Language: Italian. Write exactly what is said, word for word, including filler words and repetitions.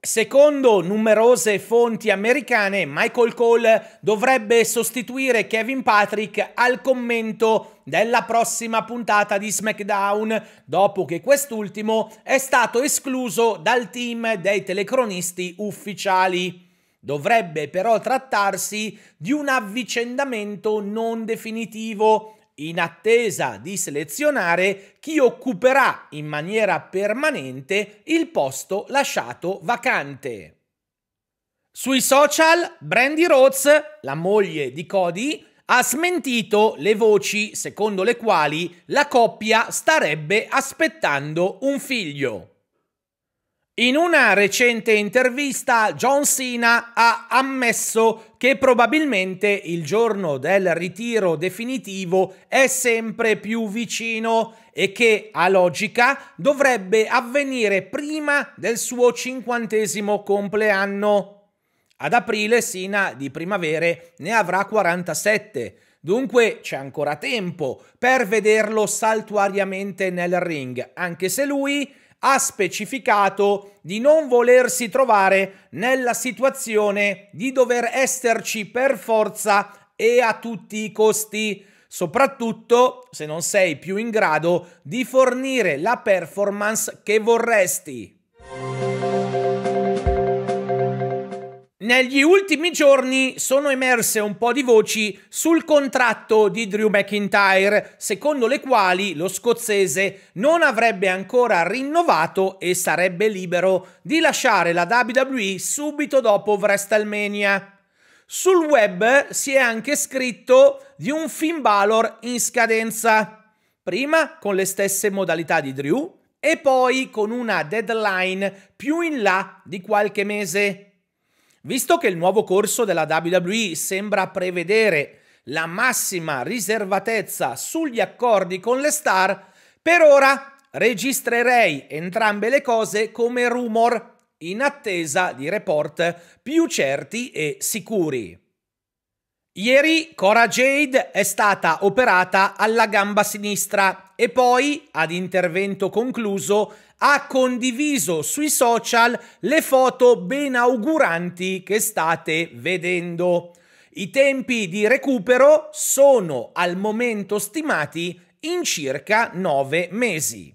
Secondo numerose fonti americane, Michael Cole dovrebbe sostituire Kevin Patrick al commento della prossima puntata di SmackDown, dopo che quest'ultimo è stato escluso dal team dei telecronisti ufficiali. Dovrebbe però trattarsi di un avvicendamento non definitivo, in attesa di selezionare chi occuperà in maniera permanente il posto lasciato vacante. Sui social, Brandi Rhodes, la moglie di Cody, ha smentito le voci secondo le quali la coppia starebbe aspettando un figlio. In una recente intervista, John Cena ha ammesso che probabilmente il giorno del ritiro definitivo è sempre più vicino e che, a logica, dovrebbe avvenire prima del suo cinquantesimo compleanno. Ad aprile Cena di primavere ne avrà quarantasette, dunque c'è ancora tempo per vederlo saltuariamente nel ring, anche se lui ha specificato di non volersi trovare nella situazione di dover esserci per forza e a tutti i costi, soprattutto se non sei più in grado di fornire la performance che vorresti. Negli ultimi giorni sono emerse un po' di voci sul contratto di Drew McIntyre, secondo le quali lo scozzese non avrebbe ancora rinnovato e sarebbe libero di lasciare la W W E subito dopo WrestleMania. Sul web si è anche scritto di un Finn Balor in scadenza, prima con le stesse modalità di Drew e poi con una deadline più in là di qualche mese. Visto che il nuovo corso della W W E sembra prevedere la massima riservatezza sugli accordi con le star, per ora registrerei entrambe le cose come rumor, in attesa di report più certi e sicuri. Ieri Cora Jade è stata operata alla gamba sinistra e poi, ad intervento concluso, ha condiviso sui social le foto benauguranti che state vedendo. I tempi di recupero sono al momento stimati in circa nove mesi.